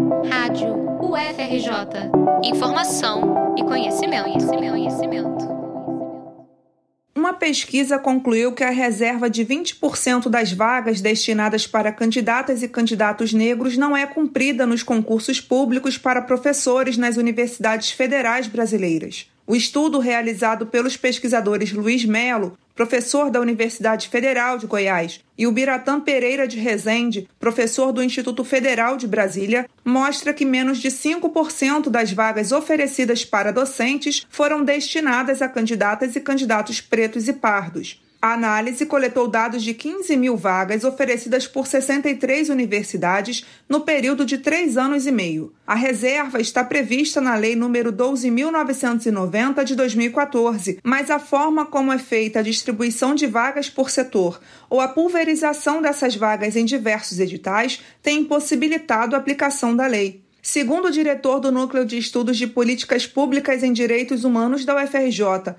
Rádio UFRJ. Informação e conhecimento. Uma pesquisa concluiu que a reserva de 20% das vagas destinadas para candidatas e candidatos negros não é cumprida nos concursos públicos para professores nas universidades federais brasileiras. O estudo realizado pelos pesquisadores Luiz Melo, professor da Universidade Federal de Goiás, e o Biratã Pereira de Rezende, professor do Instituto Federal de Brasília, mostra que menos de 5% das vagas oferecidas para docentes foram destinadas a candidatas e candidatos pretos e pardos. A análise coletou dados de 15 mil vagas oferecidas por 63 universidades no período de 3 anos e meio. A reserva está prevista na Lei nº 12.990 de 2014, mas a forma como é feita a distribuição de vagas por setor ou a pulverização dessas vagas em diversos editais tem impossibilitado a aplicação da lei. Segundo o diretor do Núcleo de Estudos de Políticas Públicas em Direitos Humanos da UFRJ,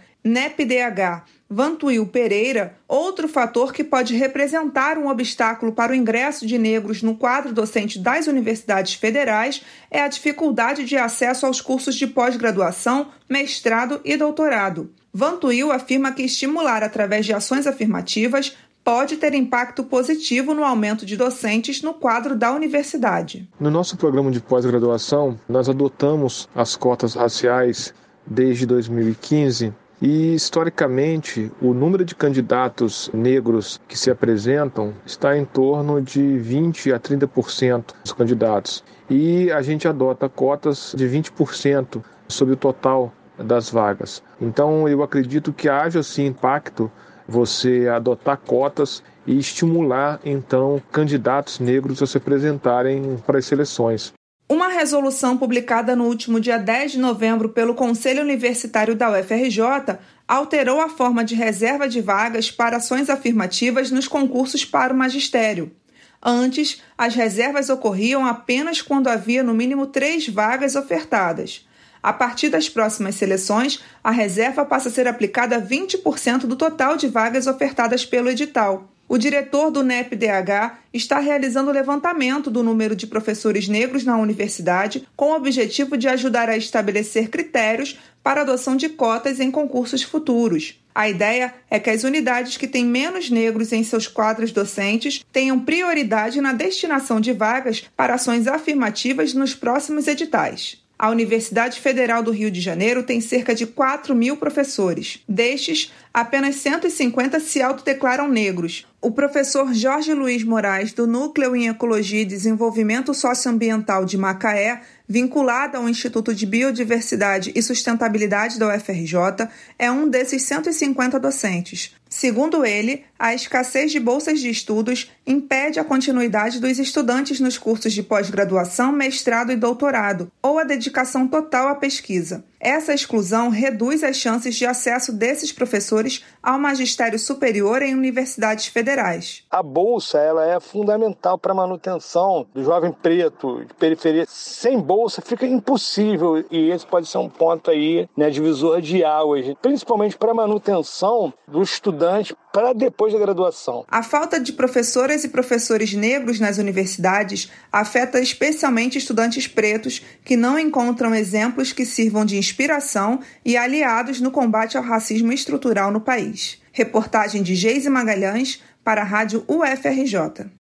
NEPDH, Vantuil Pereira, outro fator que pode representar um obstáculo para o ingresso de negros no quadro docente das universidades federais é a dificuldade de acesso aos cursos de pós-graduação, mestrado e doutorado. Vantuil afirma que estimular através de ações afirmativas pode ter impacto positivo no aumento de docentes no quadro da universidade. No nosso programa de pós-graduação, nós adotamos as cotas raciais desde 2015 e, historicamente, o número de candidatos negros que se apresentam está em torno de 20% a 30% dos candidatos. E a gente adota cotas de 20% sobre o total das vagas. Então, eu acredito que haja, sim, impacto você adotar cotas e estimular, então, candidatos negros a se apresentarem para as seleções. Uma resolução publicada no último dia 10 de novembro pelo Conselho Universitário da UFRJ alterou a forma de reserva de vagas para ações afirmativas nos concursos para o magistério. Antes, as reservas ocorriam apenas quando havia no mínimo 3 vagas ofertadas. A partir das próximas seleções, a reserva passa a ser aplicada a 20% do total de vagas ofertadas pelo edital. O diretor do NEPDH está realizando o levantamento do número de professores negros na universidade com o objetivo de ajudar a estabelecer critérios para a adoção de cotas em concursos futuros. A ideia é que as unidades que têm menos negros em seus quadros docentes tenham prioridade na destinação de vagas para ações afirmativas nos próximos editais. A Universidade Federal do Rio de Janeiro tem cerca de 4 mil professores. Destes, apenas 150 se autodeclaram negros. O professor Jorge Luiz Moraes, do Núcleo em Ecologia e Desenvolvimento Socioambiental de Macaé, vinculado ao Instituto de Biodiversidade e Sustentabilidade da UFRJ, é um desses 150 docentes. Segundo ele, a escassez de bolsas de estudos impede a continuidade dos estudantes nos cursos de pós-graduação, mestrado e doutorado, ou a dedicação total à pesquisa. Essa exclusão reduz as chances de acesso desses professores ao magistério superior em universidades federais. A bolsa ela é fundamental para a manutenção do jovem preto de periferia. Sem bolsa fica impossível e esse pode ser um ponto aí, divisor de águas, principalmente para a manutenção do estudante para depois da graduação. A falta de professoras e professores negros nas universidades afeta especialmente estudantes pretos que não encontram exemplos que sirvam de inspiração e aliados no combate ao racismo estrutural no país. Reportagem de Geise Magalhães para a Rádio UFRJ.